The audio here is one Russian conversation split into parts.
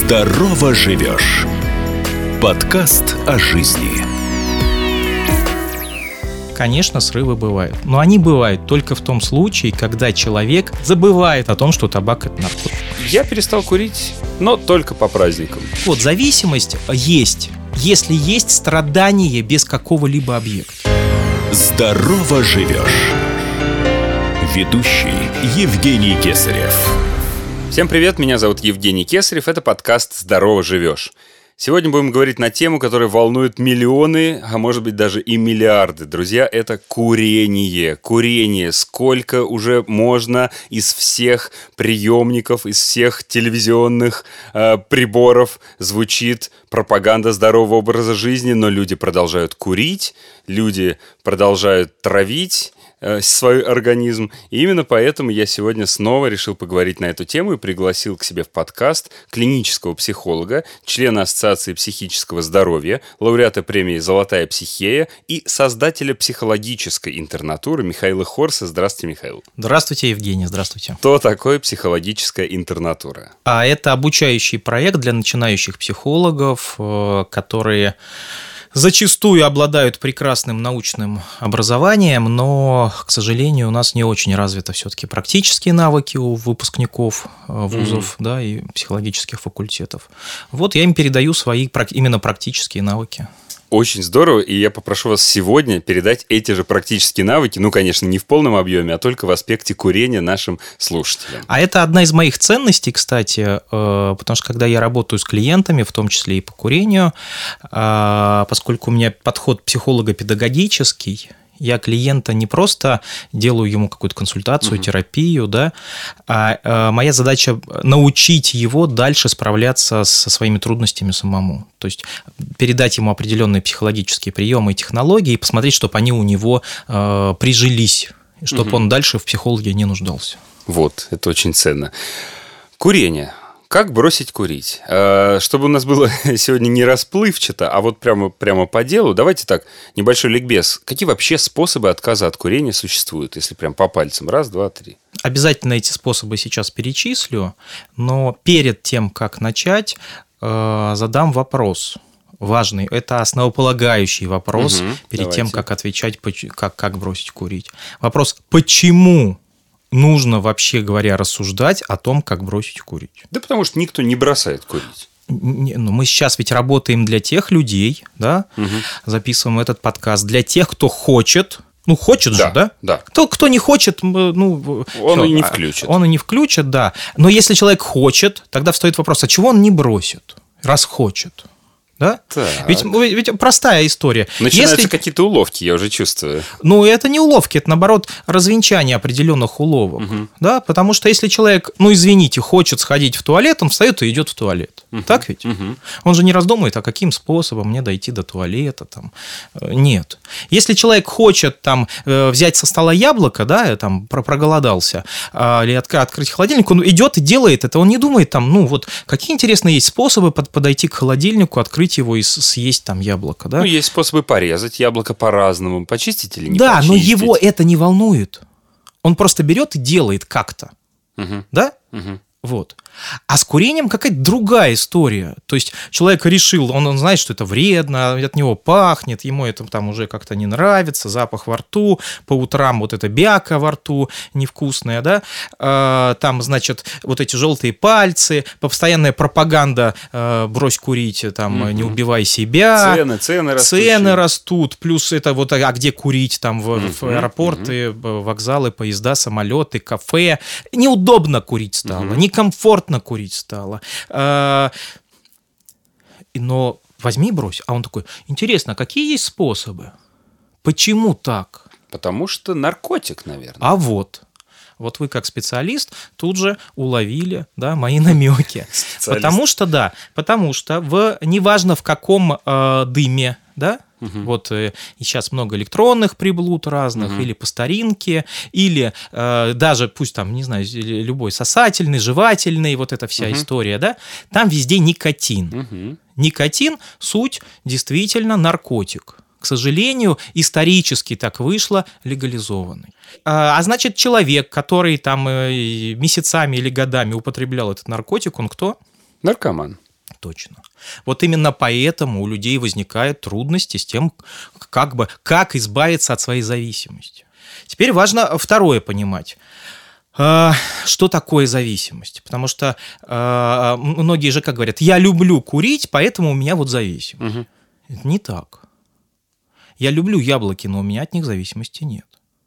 Здорово живешь. Подкаст о жизни. Конечно, срывы бывают. Но они бывают только в том случае, когда человек забывает о том, что табак – это наркотик. Я перестал курить, но только по праздникам. Вот зависимость есть, если есть страдание без какого-либо объекта. Здорово живешь. Ведущий Евгений Кесарев. Всем привет, меня зовут Евгений Кесарев, это подкаст «Здорово живешь». Сегодня будем говорить на тему, которая волнует миллионы, а может быть даже и миллиарды. Друзья, это курение. Курение. Сколько уже можно из всех приемников, из всех телевизионных приборов звучит пропаганда здорового образа жизни, но люди продолжают курить, люди продолжают травить свой организм. И именно поэтому я сегодня снова решил поговорить на эту тему и пригласил к себе в подкаст клинического психолога, члена Ассоциации психического здоровья, лауреата премии «Золотая психея» и создателя психологической интернатуры Михаила Хорса. Здравствуйте, Михаил. Здравствуйте, Евгений, здравствуйте. Что такое психологическая интернатура? Это обучающий проект для начинающих психологов, которые зачастую обладают прекрасным научным образованием, но, к сожалению, у нас не очень развиты все-таки практические навыки у выпускников вузов, да, и психологических факультетов. Вот я им передаю свои именно практические навыки. Очень здорово, и я попрошу вас сегодня передать эти же практические навыки, ну, конечно, не в полном объеме, а только в аспекте курения нашим слушателям. А это одна из моих ценностей, кстати, потому что когда я работаю с клиентами, в том числе и по курению, поскольку у меня подход психолого-педагогический, я клиента не просто делаю ему какую-то консультацию, терапию, да, а моя задача научить его дальше справляться со своими трудностями самому. То есть передать ему определенные психологические приемы и технологии и посмотреть, чтобы они у него прижились, чтобы он дальше в психологе не нуждался. Вот, это очень ценно. Курение. Как бросить курить? Чтобы у нас было сегодня не расплывчато, а вот прямо по делу, давайте так, небольшой ликбез. Какие вообще способы отказа от курения существуют, если прям по пальцам? Раз, два, три. Обязательно эти способы сейчас перечислю, но перед тем, как начать, задам вопрос важный. Это основополагающий вопрос перед тем, как отвечать, как бросить курить. Вопрос, почему нужно, вообще говоря, рассуждать о том, как бросить курить? Да потому что никто не бросает курить. Ну, мы сейчас ведь работаем для тех людей, да, записываем этот подкаст, для тех, кто хочет. Ну, хочет же, да? Да. Кто не хочет, ну... Он и не включит. Он и не включит, да. Но если человек хочет, тогда встает вопрос, а чего он не бросит, раз хочет? Да? Ведь простая история. Начинаются какие-то уловки, я уже чувствую. Ну, это не уловки, это, наоборот, развенчание определенных уловок. Да? Потому что если человек, ну, извините, хочет сходить в туалет, он встает и идет в туалет. Так ведь? Он же не раздумывает, а каким способом мне дойти до туалета. Там. Нет. Если человек хочет там, взять со стола яблоко, да, там, проголодался, или открыть холодильник, он идет и делает это. Он не думает, там, ну, вот, какие интересные есть способы подойти к холодильнику, открыть его и съесть там яблоко, да? Ну, есть способы порезать яблоко по-разному, почистить или не почистить. Да, но его это не волнует. Он просто берет и делает как-то, да? Вот. А с курением какая-то другая история. То есть человек решил, он знает, что это вредно, от него пахнет, ему это там уже как-то не нравится, запах во рту, по утрам вот эта бяка во рту невкусная, да, там, значит, вот эти желтые пальцы, постоянная пропаганда брось курить, там, не убивай себя. Цены растут, плюс это вот, а где курить, там, в аэропорты, вокзалы, поезда, самолеты, кафе. Неудобно курить стало, некомфортно курить стало. Но возьми и брось. А он такой, интересно, какие есть способы? Почему так? Потому что наркотик, наверное. А вот вы как специалист тут же уловили, да, мои намеки. Потому что неважно в каком дыме, да, вот и сейчас много электронных приблуд разных, или по старинке, или даже, пусть там, не знаю, любой сосательный, жевательный, вот эта вся история, да, там везде никотин. Никотин – суть действительно наркотик. К сожалению, исторически так вышло, легализованный. А значит, человек, который там месяцами или годами употреблял этот наркотик, он кто? Наркоман. Точно. Вот именно поэтому у людей возникают трудности с тем, как избавиться от своей зависимости. Теперь важно второе понимать. Что такое зависимость? Потому что многие же как говорят, я люблю курить, поэтому у меня вот зависимость. Угу. Это не так. Я люблю яблоки, но у меня от них зависимости нет.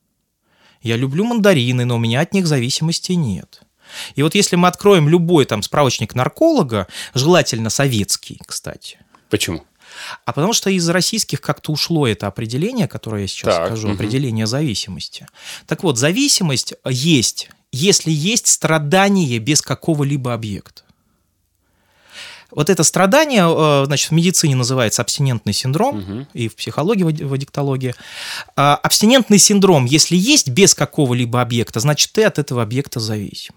Я люблю мандарины, но у меня от них зависимости нет. И вот если мы откроем любой там справочник нарколога, желательно советский, кстати. Почему? А потому что из российских как-то ушло это определение, которое я сейчас скажу, определение зависимости. Так вот, зависимость есть, если есть страдание без какого-либо объекта. Вот это страдание, значит, в медицине называется абстинентный синдром, и в психологии, в аддиктологии. Абстинентный синдром, если есть без какого-либо объекта, значит, ты от этого объекта зависим.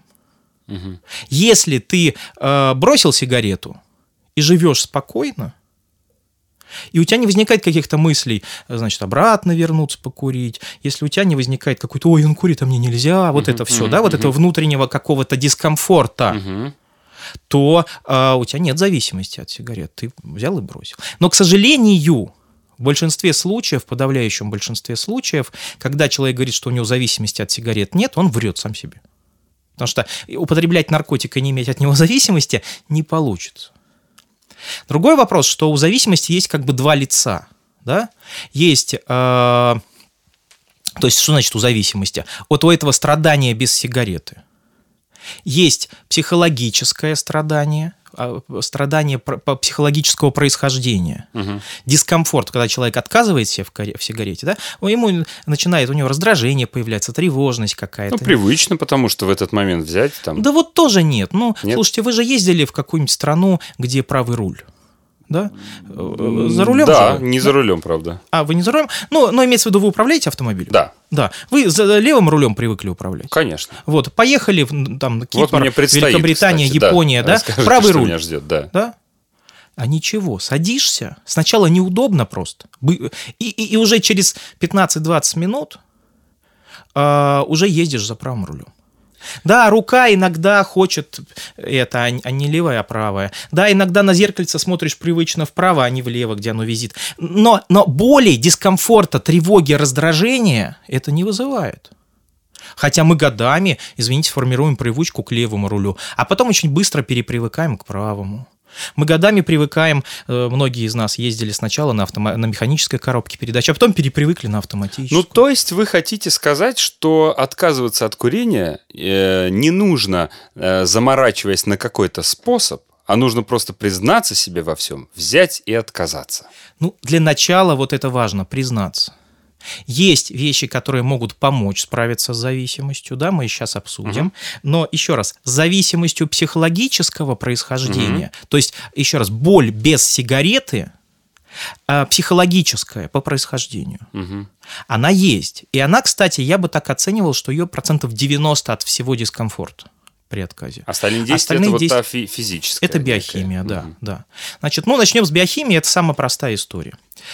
Если ты бросил сигарету и живешь спокойно, и у тебя не возникает каких-то мыслей, значит, обратно вернуться покурить, если у тебя не возникает какой-то, ой, он курит, а мне нельзя, вот это все, да, вот этого внутреннего какого-то дискомфорта, то у тебя нет зависимости от сигарет, ты взял и бросил. Но, к сожалению, в большинстве случаев, в подавляющем большинстве случаев, когда человек говорит, что у него зависимости от сигарет нет, он врет сам себе. Потому что употреблять наркотик и не иметь от него зависимости не получится. Другой вопрос, что у зависимости есть как бы два лица. Да? Есть, то есть, что значит у зависимости? Вот у этого страдания без сигареты. Есть психологическое страдание психологического происхождения. Дискомфорт, когда человек отказывает себе в сигарете, да, ему начинает, у него раздражение появляться, тревожность какая-то. Ну, привычно, потому что в этот момент взять там... Да вот тоже нет. Ну, нет? Слушайте, вы же ездили в какую-нибудь страну, где правый руль. Да? За рулем? Да, не за рулем, правда. А, вы не за рулем? Ну, но имеется в виду, вы управляете автомобилем? Да. Да. Вы за левым рулем привыкли управлять? Конечно. Вот, поехали в там, Кипр, вот Великобритания, кстати, Япония, да? Расскажите, правый что руль. Меня ждет, да. Да? А ничего, садишься, сначала неудобно просто, и уже через 15-20 минут уже ездишь за правым рулем. Да, рука иногда хочет это, а не левая, а правая. Да, иногда на зеркальце смотришь привычно вправо, а не влево, где оно висит. Но боли, дискомфорта, тревоги, раздражения это не вызывает. Хотя мы годами, извините, формируем привычку к левому рулю, а потом очень быстро перепривыкаем к правому. Мы годами привыкаем, многие из нас ездили сначала на механической коробке передач, а потом перепривыкли на автоматическую. Ну, то есть вы хотите сказать, что отказываться от курения не нужно, заморачиваясь на какой-то способ, а нужно просто признаться себе во всем, взять и отказаться? Ну, для начала вот это важно, признаться. Есть вещи, которые могут помочь справиться с зависимостью, да, мы сейчас обсудим. Но, еще раз, с зависимостью психологического происхождения, то есть, еще раз, боль без сигареты, психологическая по происхождению, она есть. И она, кстати, я бы так оценивал, что ее 90% от всего дискомфорта при отказе. Остальные действия это вот та физическая. Это биохимия, да. Значит, начнем с биохимии, это самая простая история.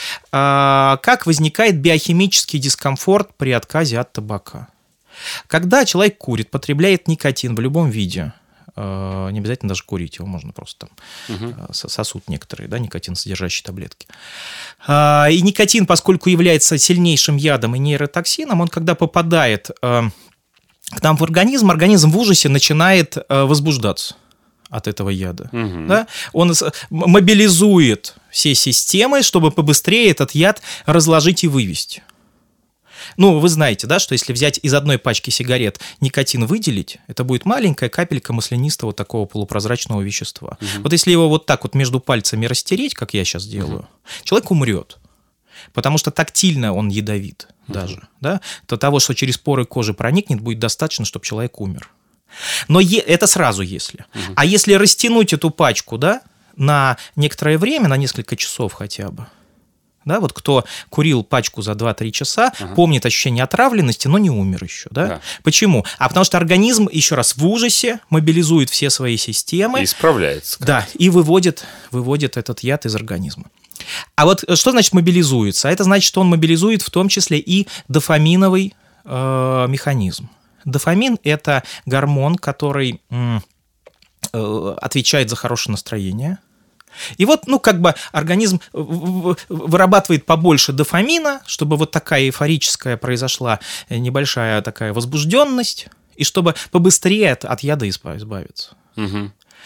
Как возникает биохимический дискомфорт при отказе от табака? Когда человек курит, потребляет никотин в любом виде, не обязательно даже курить, его можно просто там сосут некоторые, да, никотин содержащие таблетки. И никотин, поскольку является сильнейшим ядом и нейротоксином, он когда попадает к нам в организм в ужасе начинает возбуждаться от этого яда. Да? Он мобилизует все системы, чтобы побыстрее этот яд разложить и вывести. Ну, вы знаете, да, что если взять из одной пачки сигарет никотин выделить, это будет маленькая капелька маслянистого такого полупрозрачного вещества. Вот если его вот так вот между пальцами растереть, как я сейчас делаю, человек умрет. Потому что тактильно он ядовит даже. Да? До того, что через поры кожи проникнет, будет достаточно, чтобы человек умер. Но это сразу если. А если растянуть эту пачку, да, на некоторое время, на несколько часов хотя бы, да, вот кто курил пачку за 2-3 часа, помнит ощущение отравленности, но не умер еще. Да? Почему? А потому что организм, еще раз, в ужасе мобилизует все свои системы. И справляется. Да, и выводит этот яд из организма. А вот что значит мобилизуется? Это значит, что он мобилизует в том числе и дофаминовый механизм. Дофамин – это гормон, который отвечает за хорошее настроение. И вот, организм вырабатывает побольше дофамина, чтобы вот такая эйфорическая произошла небольшая такая возбужденность, и чтобы побыстрее от яда избавиться. Угу.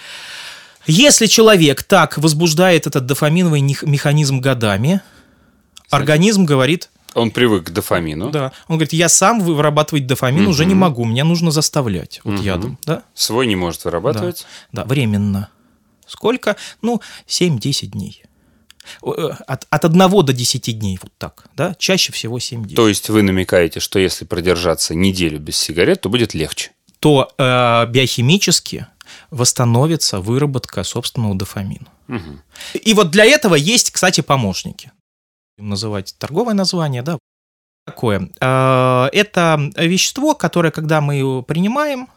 Если человек так возбуждает этот дофаминовый механизм годами, организм говорит... Он привык к дофамину. Да. Он говорит, я сам вырабатывать дофамин уже не могу, мне нужно заставлять ядом. Да? Свой не может вырабатывать? Да, временно. Сколько? 7-10 дней. От 1 до 10 дней, вот так. Да? Чаще всего 7 дней. То есть вы намекаете, что если продержаться неделю без сигарет, то будет легче? То биохимически восстановится выработка собственного дофамина. Угу. И вот для этого есть, кстати, помощники. Называть торговое название, да. Такое. Это вещество, которое, когда мы его принимаем,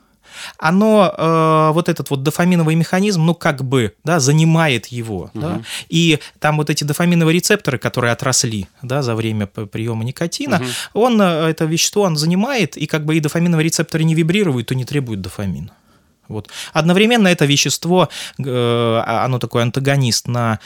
оно, вот этот вот дофаминовый механизм, занимает его. Угу. Да? И там вот эти дофаминовые рецепторы, которые отросли, да, за время приема никотина, это вещество он занимает, и и дофаминовые рецепторы не вибрируют, то не требуют дофамина. Вот. Одновременно это вещество, оно такой антагонист на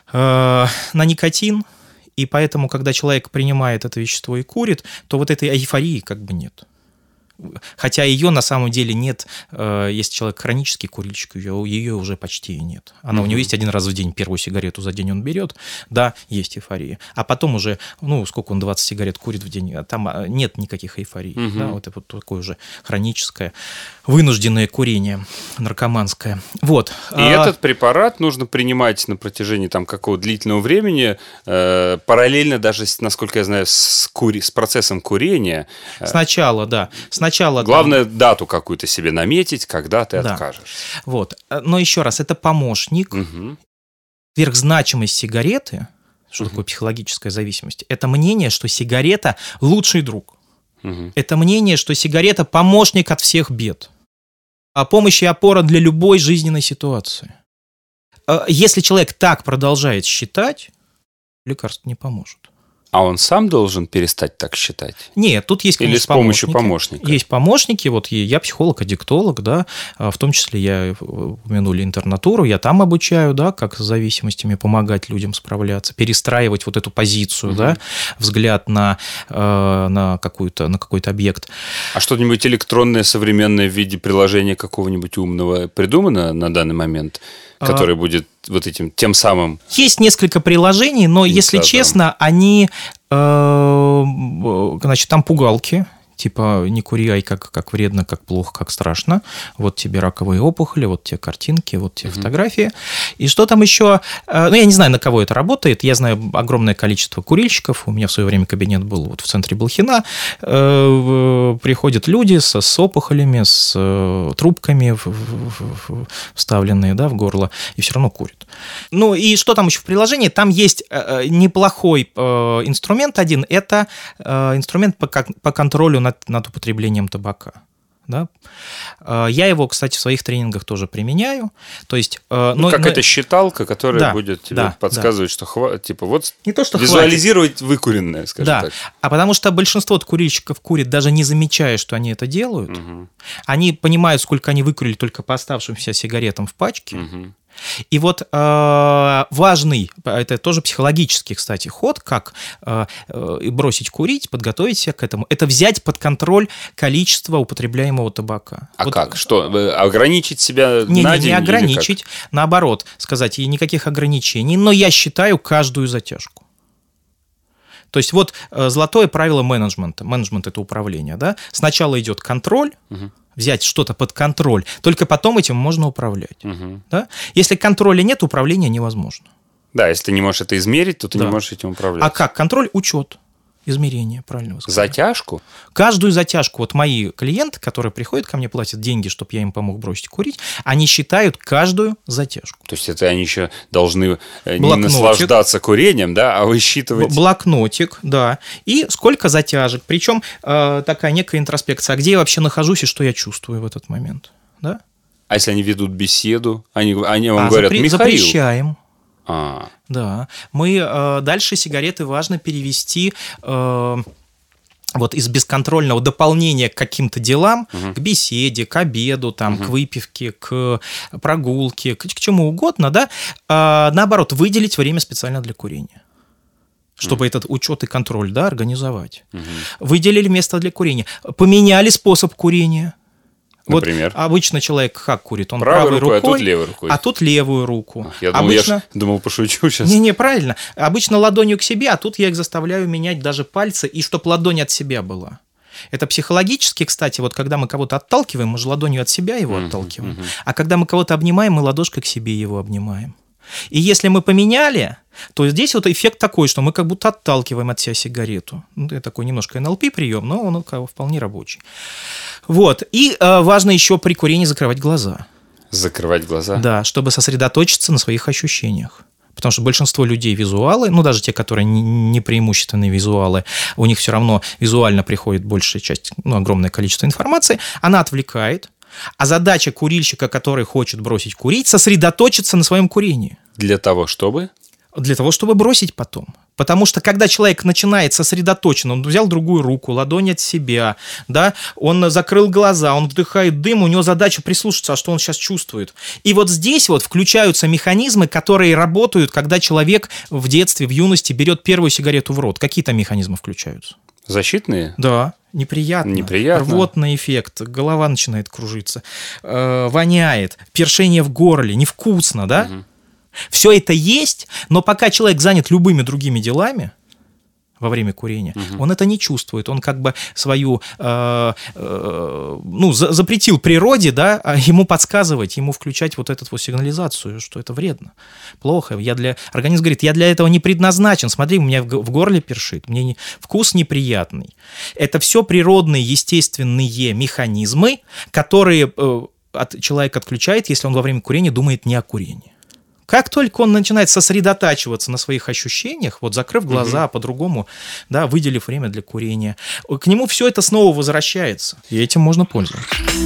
никотин, и поэтому, когда человек принимает это вещество и курит, то вот этой эйфории нет. Хотя ее на самом деле нет, если человек хронический курильщик, ее уже почти и нет. Она у него есть 1 раз в день, первую сигарету за день он берет, да, есть эйфория. А потом уже, сколько он, 20 сигарет курит в день, там нет никаких эйфорий. Да, вот это вот такое уже хроническое, вынужденное курение, наркоманское. Вот. И этот препарат нужно принимать на протяжении какого-то длительного времени, параллельно даже, насколько я знаю, с процессом курения. Сначала, да. Главное, дату какую-то себе наметить, когда ты откажешь. Вот. Но еще раз, это помощник. Сверхзначимость сигареты, что такое психологическая зависимость, это мнение, что сигарета лучший друг. Это мнение, что сигарета помощник от всех бед. Помощь и опора для любой жизненной ситуации. Если человек так продолжает считать, лекарство не поможет. А он сам должен перестать так считать? Нет, тут есть, конечно, или с помощью помощника? Есть помощники. Вот я психолог-аддиктолог, да, в том числе я упомянули интернатуру, я там обучаю, да, как с зависимостями помогать людям справляться, перестраивать вот эту позицию, да, взгляд на какой-то объект. А что-нибудь электронное, современное в виде приложения какого-нибудь умного придумано на данный момент, которое будет вот этим тем самым? Есть несколько приложений, но, если честно, они, там пугалки, типа не кури, ай, как вредно, как плохо, как страшно. Вот тебе раковые опухоли, вот тебе картинки, вот тебе фотографии. И что там еще? Я не знаю, на кого это работает. Я знаю огромное количество курильщиков. У меня в свое время кабинет был вот в центре Блохина. Приходят люди с опухолями, с трубками вставленные, да, в горло, и все равно курят. И что там еще в приложении? Там есть неплохой инструмент один. Это инструмент по контролю над употреблением табака. Да? Я его, кстати, в своих тренингах тоже применяю. То есть, это считалка, которая будет тебе подсказывать, что не то, что визуализировать выкуренное, скажем так. А потому что большинство курильщиков курит, даже не замечая, что они это делают. Они понимают, сколько они выкурили только по оставшимся сигаретам в пачке. И вот важный, это тоже психологический, кстати, ход, как бросить курить, подготовить себя к этому, это взять под контроль количество употребляемого табака. А как? Что? Ограничить себя на день? Не ограничить, наоборот, сказать, и никаких ограничений, но я считаю каждую затяжку. То есть вот золотое правило менеджмента. Менеджмент – это управление. Да? Сначала идет контроль, взять что-то под контроль, только потом этим можно управлять. Да? Если контроля нет, управление невозможно. Да, если ты не можешь это измерить, то ты не можешь этим управлять. А как? Контроль, учет. Измерение, правильно вы сказали. Затяжку? Каждую затяжку. Вот мои клиенты, которые приходят ко мне, платят деньги, чтобы я им помог бросить курить, они считают каждую затяжку. То есть это они еще должны не наслаждаться курением, да, а высчитывать... Блокнотик, да. И сколько затяжек. Причем такая некая интроспекция. А где я вообще нахожусь и что я чувствую в этот момент. Да? А если они ведут беседу, они вам говорят, Михаил... Запрещаем. Да. Мы дальше сигареты важно перевести вот из бесконтрольного дополнения к каким-то делам, к беседе, к обеду, там, к выпивке, к прогулке, к чему угодно, да, наоборот, выделить время специально для курения, чтобы этот учет и контроль, да, организовать. Выделили место для курения, поменяли способ курения. Например? Вот обычно человек как курит? Он правой рукой, а тут левой рукой. А тут левую руку. Я думал, пошучу сейчас. Не, правильно. Обычно ладонью к себе, а тут я их заставляю менять даже пальцы, и чтоб ладонь от себя была. Это психологически, кстати, вот когда мы кого-то отталкиваем, мы же ладонью от себя его отталкиваем. А когда мы кого-то обнимаем, мы ладошкой к себе его обнимаем. И если мы поменяли, то здесь вот эффект такой, что мы как будто отталкиваем от себя сигарету. Это такой немножко НЛП-прием, но он вполне рабочий. Вот. И важно еще при курении закрывать глаза. Закрывать глаза? Да, чтобы сосредоточиться на своих ощущениях. Потому что большинство людей визуалы, ну, даже те, которые не преимущественные визуалы, у них все равно визуально приходит большая часть, ну, огромное количество информации, она отвлекает. А задача курильщика, который хочет бросить курить, сосредоточиться на своем курении. Для того, чтобы? Для того, чтобы бросить потом. Потому что, когда человек начинает сосредоточенно, он взял другую руку, ладонь от себя, да, он закрыл глаза, он вдыхает дым, у него задача прислушаться, а что он сейчас чувствует. И вот здесь вот включаются механизмы, которые работают, когда человек в детстве, в юности берет первую сигарету в рот. Какие там механизмы включаются? Защитные? Да. Неприятно. Рвотный эффект, голова начинает кружиться, воняет, першение в горле, невкусно, да? Все это есть, но пока человек занят любыми другими делами во время курения, он это не чувствует. Он как бы свою, запретил природе, да, ему подсказывать, ему включать вот эту вот сигнализацию, что это вредно, плохо. Организм говорит, я для этого не предназначен. Смотри, у меня в горле першит, вкус неприятный. Это все природные, естественные механизмы, которые человек отключает, если он во время курения думает не о курении. Как только он начинает сосредотачиваться на своих ощущениях, вот закрыв глаза, по-другому, да, выделив время для курения, к нему все это снова возвращается, и этим можно пользоваться.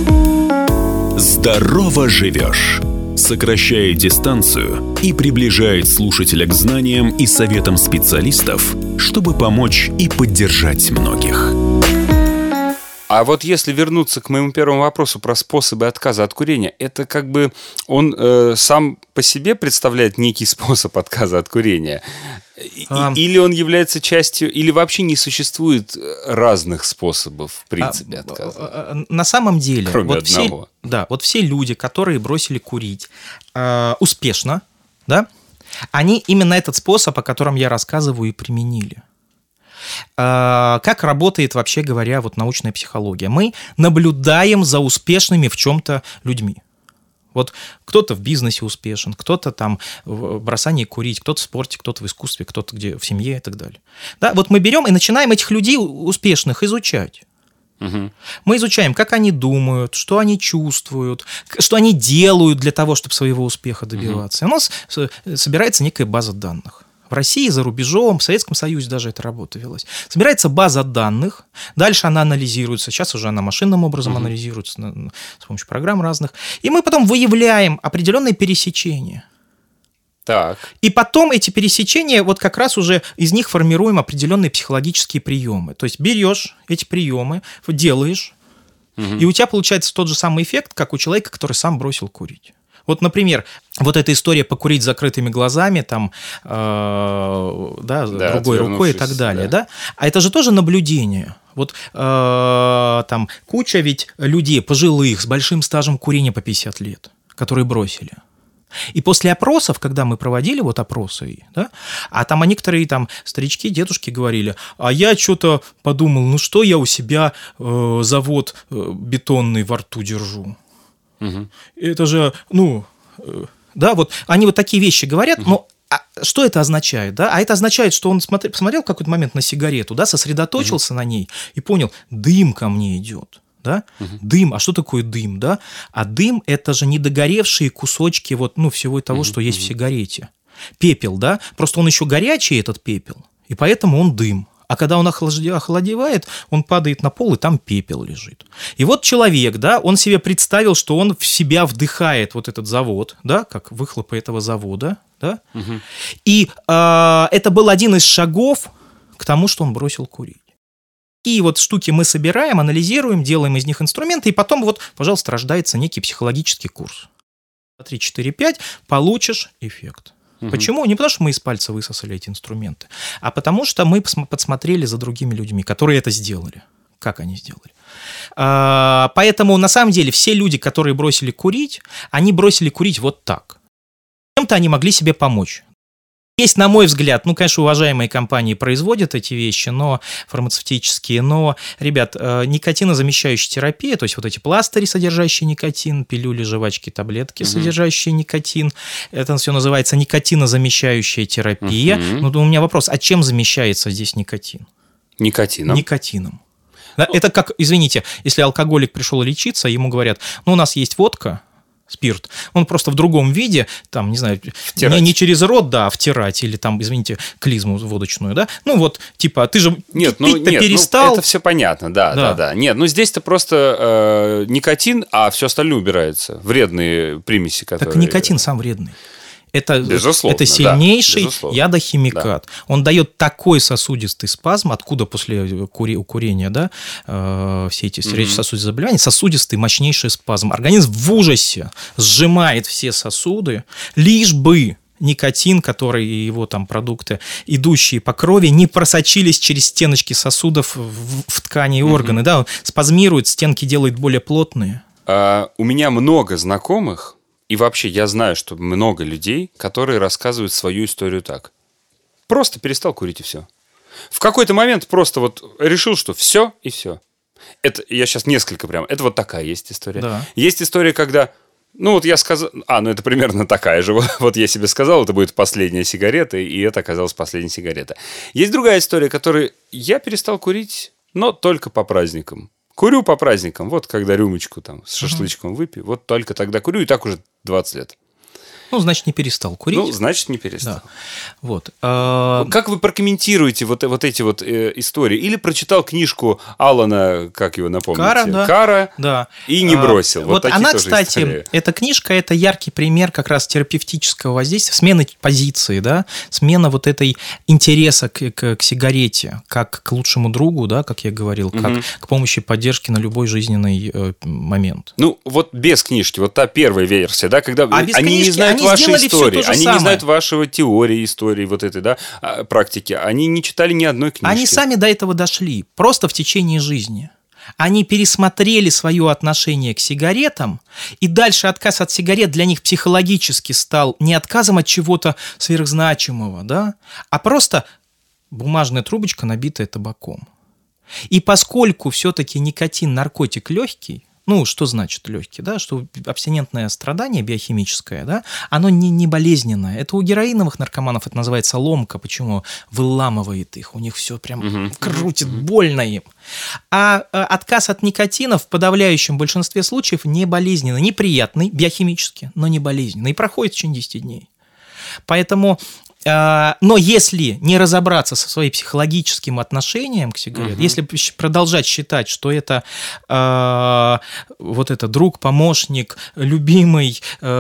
Здорово живешь. Сокращает дистанцию и приближает слушателя к знаниям и советам специалистов, чтобы помочь и поддержать многих. А вот если вернуться к моему первому вопросу про способы отказа от курения, это как бы он сам по себе представляет некий способ отказа от курения? Или он является частью, или вообще не существует разных способов, в принципе, отказа? На самом деле, кроме одного. Вот все люди, которые бросили курить успешно, да, они именно этот способ, о котором я рассказываю, и применили. Как работает, вообще говоря, вот научная психология? Мы наблюдаем за успешными в чем-то людьми. Вот кто-то в бизнесе успешен, кто-то там в бросании курить, кто-то в спорте, кто-то в искусстве, кто-то где в семье и так далее. Да, вот мы берем и начинаем этих людей успешных изучать. Мы изучаем, как они думают, что они чувствуют, что они делают для того, чтобы своего успеха добиваться. И у нас собирается некая база данных. В России, за рубежом, в Советском Союзе даже эта работа велась. Собирается база данных, дальше она анализируется, сейчас уже она машинным образом анализируется с помощью программ разных, и мы потом выявляем определенные пересечения. Так. И потом эти пересечения, вот как раз уже из них формируем определенные психологические приемы. То есть берешь эти приемы, делаешь, и у тебя получается тот же самый эффект, как у человека, который сам бросил курить. Вот, например, вот эта история покурить с закрытыми глазами, там, другой рукой и так далее, да? А это же тоже наблюдение. Вот там куча ведь людей пожилых с большим стажем курения по 50 лет, которые бросили. И после опросов, когда мы проводили вот опросы, да, а там некоторые там старички, дедушки говорили, а я что-то подумал, ну что я у себя завод бетонный во рту держу. Это же, да, вот они вот такие вещи говорят, но что это означает, да? А это означает, что он посмотрел в какой-то момент на сигарету, да, сосредоточился на ней и понял, дым ко мне идет, да? Дым, а что такое дым, да? А дым – это же недогоревшие кусочки вот, всего того, что есть в сигарете. Пепел, да? Просто он еще горячий, этот пепел, и поэтому он дым. А когда он охладевает, он падает на пол, и там пепел лежит. И вот человек, да, он себе представил, что он в себя вдыхает вот этот завод, да, как выхлопы этого завода, да. И это был один из шагов к тому, что он бросил курить. И вот штуки мы собираем, анализируем, делаем из них инструменты, и потом вот, пожалуйста, рождается некий психологический курс. 3, 4, 5, получишь эффект. Почему? Не потому, что мы из пальца высосали эти инструменты, а потому что мы подсмотрели за другими людьми, которые это сделали. Как они сделали. Поэтому, на самом деле, все люди, которые бросили курить, они бросили курить вот так. Чем-то они могли себе помочь. Есть, на мой взгляд, конечно, уважаемые компании производят эти вещи, но фармацевтические, но, ребят, никотинозамещающая терапия, то есть вот эти пластыри, содержащие никотин, пилюли, жвачки, таблетки, содержащие никотин, это все называется никотинозамещающая терапия. Но у меня вопрос, а чем замещается здесь никотин? Никотином. Никотином. Это как, извините, если алкоголик пришел лечиться, ему говорят, у нас есть водка, спирт, он просто в другом виде, там, не знаю, не через рот, да, втирать, или там, извините, клизму водочную, да, типа, ты же пить-то перестал. Это все понятно, да. Нет, здесь-то просто никотин, а все остальное убирается, вредные примеси, которые... Так никотин сам вредный. Это сильнейший ядохимикат. Да. Он дает такой сосудистый спазм, откуда после курения, да, все эти сердечно-сосудистые заболевания, сосудистый мощнейший спазм. Организм в ужасе сжимает все сосуды, лишь бы никотин, который и его там продукты, идущие по крови, не просочились через стеночки сосудов в ткани и органы. Да, он спазмирует, стенки делает более плотные. У меня много знакомых. И вообще, я знаю, что много людей, которые рассказывают свою историю так. Просто перестал курить, и все. В какой-то момент просто вот решил, что все и все. Это я сейчас несколько прям. Это вот такая есть история. Да. Есть история, когда... я сказал... это примерно такая же. Вот я себе сказал, это будет последняя сигарета, и это оказалась последняя сигарета. Есть другая история, которой я перестал курить, но только по праздникам. Курю по праздникам, вот когда рюмочку там с шашлычком выпью, вот только тогда курю, и так уже 20 лет. Значит, не перестал курить. Значит, не перестал. Да. Вот. Как вы прокомментируете вот эти вот истории? Или прочитал книжку Алана, как его напомните? Кара, да. И не бросил. Вот она, кстати, истории. Эта книжка – это яркий пример как раз терапевтического воздействия, смены позиции, да, смена вот этой интереса к сигарете, как к лучшему другу, да, как я говорил, как к помощи и поддержке на любой жизненный момент. Вот без книжки, вот та первая версия, да, когда они не знают вашей истории, они не знают вашего теории истории вот этой, да, практики, они не читали ни одной книжки. Они сами до этого дошли, просто в течение жизни. Они пересмотрели свое отношение к сигаретам, и дальше отказ от сигарет для них психологически стал не отказом от чего-то сверхзначимого, да, а просто бумажная трубочка, набитая табаком. И поскольку все-таки никотин – наркотик легкий, что значит легкий, да, что абстинентное страдание биохимическое, да, оно не болезненное. Это у героиновых наркоманов это называется ломка, почему выламывает их, у них все прям крутит, больно им. А отказ от никотина в подавляющем большинстве случаев не болезненный, неприятный биохимически, но не болезненный, и проходит в течение 10 дней. Поэтому... Но если не разобраться со своим психологическим отношением к сигаретам, если продолжать считать, что это вот это друг, помощник, любимый,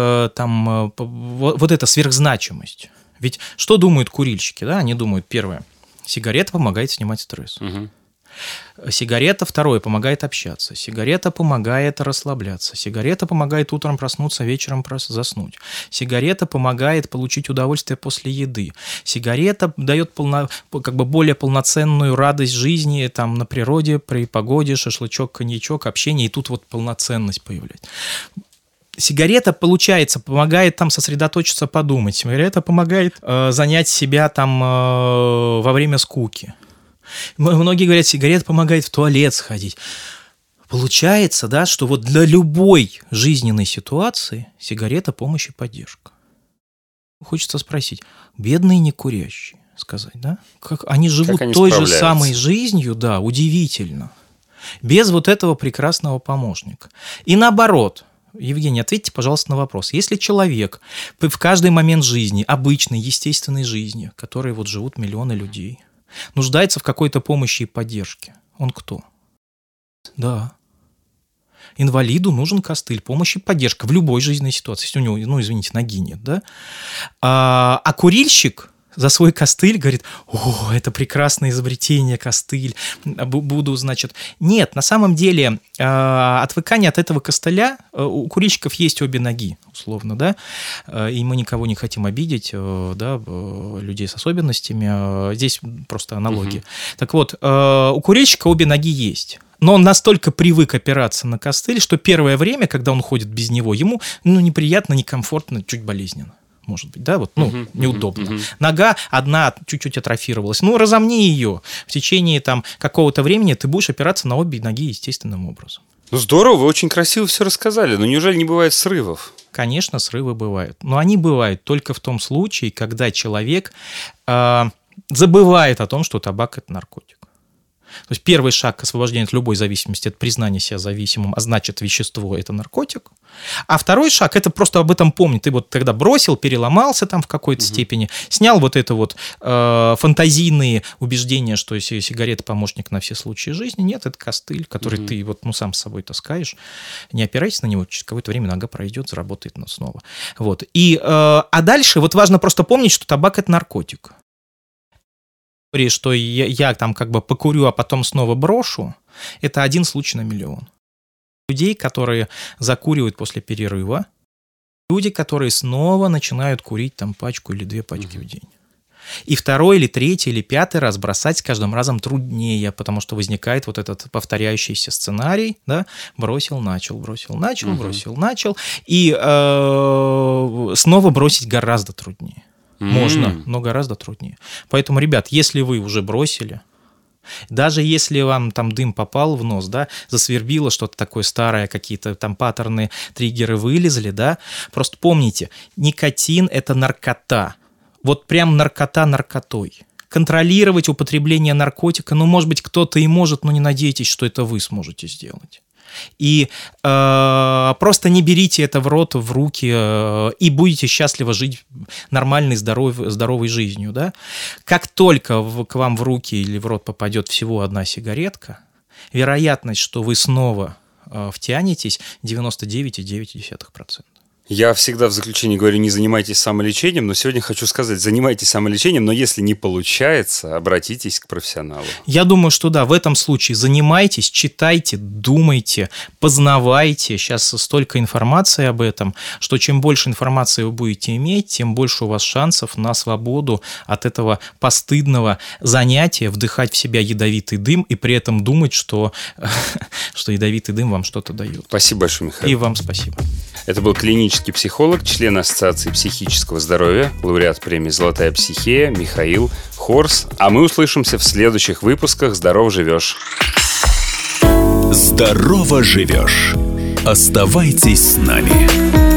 вот эта сверхзначимость. Ведь что думают курильщики? Да? Они думают, первое, сигарета помогает снимать стресс. Сигарета, второе, помогает общаться. Сигарета помогает расслабляться. Сигарета помогает утром проснуться, вечером заснуть. Сигарета помогает получить удовольствие после еды. Сигарета дает более полноценную радость жизни там, на природе, при погоде, шашлычок, коньячок, общение. И тут вот полноценность появляется. Сигарета, получается, помогает там сосредоточиться, подумать. Сигарета помогает занять себя там во время скуки. Многие говорят, сигарета помогает в туалет сходить. Получается, да, что вот для любой жизненной ситуации сигарета – помощь и поддержка. Хочется спросить, бедные некурящие, сказать, да? Как они живут той же самой жизнью, да, удивительно, без вот этого прекрасного помощника. И наоборот, Евгений, ответьте, пожалуйста, на вопрос. Если человек в каждый момент жизни, обычной, естественной жизни, в которой вот живут миллионы людей, нуждается в какой-то помощи и поддержке. Он кто? Да. Инвалиду нужен костыль, помощь и поддержка в любой жизненной ситуации. Если у него, извините, ноги нет, да? А курильщик за свой костыль, говорит: о, это прекрасное изобретение, костыль, буду, значит... Нет, на самом деле отвыкание от этого костыля, у курильщиков есть обе ноги, условно, да, и мы никого не хотим обидеть, да, людей с особенностями, здесь просто аналогия. Так вот, у курильщика обе ноги есть. Но он настолько привык опираться на костыль, что первое время, когда он ходит без него, ему неприятно, некомфортно, чуть болезненно. Может быть, да, вот, неудобно. Нога одна чуть-чуть атрофировалась. Разомни ее. В течение там какого-то времени ты будешь опираться на обе ноги естественным образом. Здорово, вы очень красиво все рассказали. Но неужели не бывает срывов? Конечно, срывы бывают. Но они бывают только в том случае, когда человек забывает о том, что табак – это наркотик. То есть первый шаг к освобождению от любой зависимости – это признание себя зависимым, а значит, вещество – это наркотик. А второй шаг – это просто об этом помнить. Ты вот тогда бросил, переломался там в какой-то степени, снял вот это вот фантазийные убеждения, что сигарета – помощник на все случаи жизни. Нет, это костыль, который ты вот, сам с собой таскаешь. Не опирайся на него, через какое-то время нога пройдет, заработает снова. Вот. А дальше вот важно просто помнить, что табак – это наркотик. Что я там как бы покурю, а потом снова брошу, это один случай на миллион. Людей, которые закуривают после перерыва, люди, которые снова начинают курить там пачку или 2 пачки в день. И второй, или третий, или 5 раз бросать с каждым разом труднее, потому что возникает вот этот повторяющийся сценарий, да, бросил, начал, бросил, начал, бросил, начал, и снова бросить гораздо труднее. Можно, но гораздо труднее. Поэтому, ребят, если вы уже бросили, даже если вам там дым попал в нос, да, засвербило что-то такое старое, какие-то там паттерны, триггеры вылезли, да, просто помните, никотин – это наркота. Вот прям наркота наркотой. Контролировать употребление наркотика, может быть, кто-то и может, но не надейтесь, что это вы сможете сделать. И просто не берите это в рот, в руки, и будете счастливо жить нормальной, здоровой жизнью. Да? Как только к вам в руки или в рот попадет всего одна сигаретка, вероятность, что вы снова втянетесь, 99,9%. Я всегда в заключении говорю, не занимайтесь самолечением, но сегодня хочу сказать, занимайтесь самолечением, но если не получается, обратитесь к профессионалу. Я думаю, что да, в этом случае занимайтесь, читайте, думайте, познавайте. Сейчас столько информации об этом, что чем больше информации вы будете иметь, тем больше у вас шансов на свободу от этого постыдного занятия, вдыхать в себя ядовитый дым и при этом думать, что ядовитый дым вам что-то дает. Спасибо большое, Михаил. И вам спасибо. Это был клинический психолог, член Ассоциации психического здоровья, лауреат премии «Золотая психея» Михаил Хорс. А мы услышимся в следующих выпусках «Здорово живешь». Здорово живешь. Оставайтесь с нами.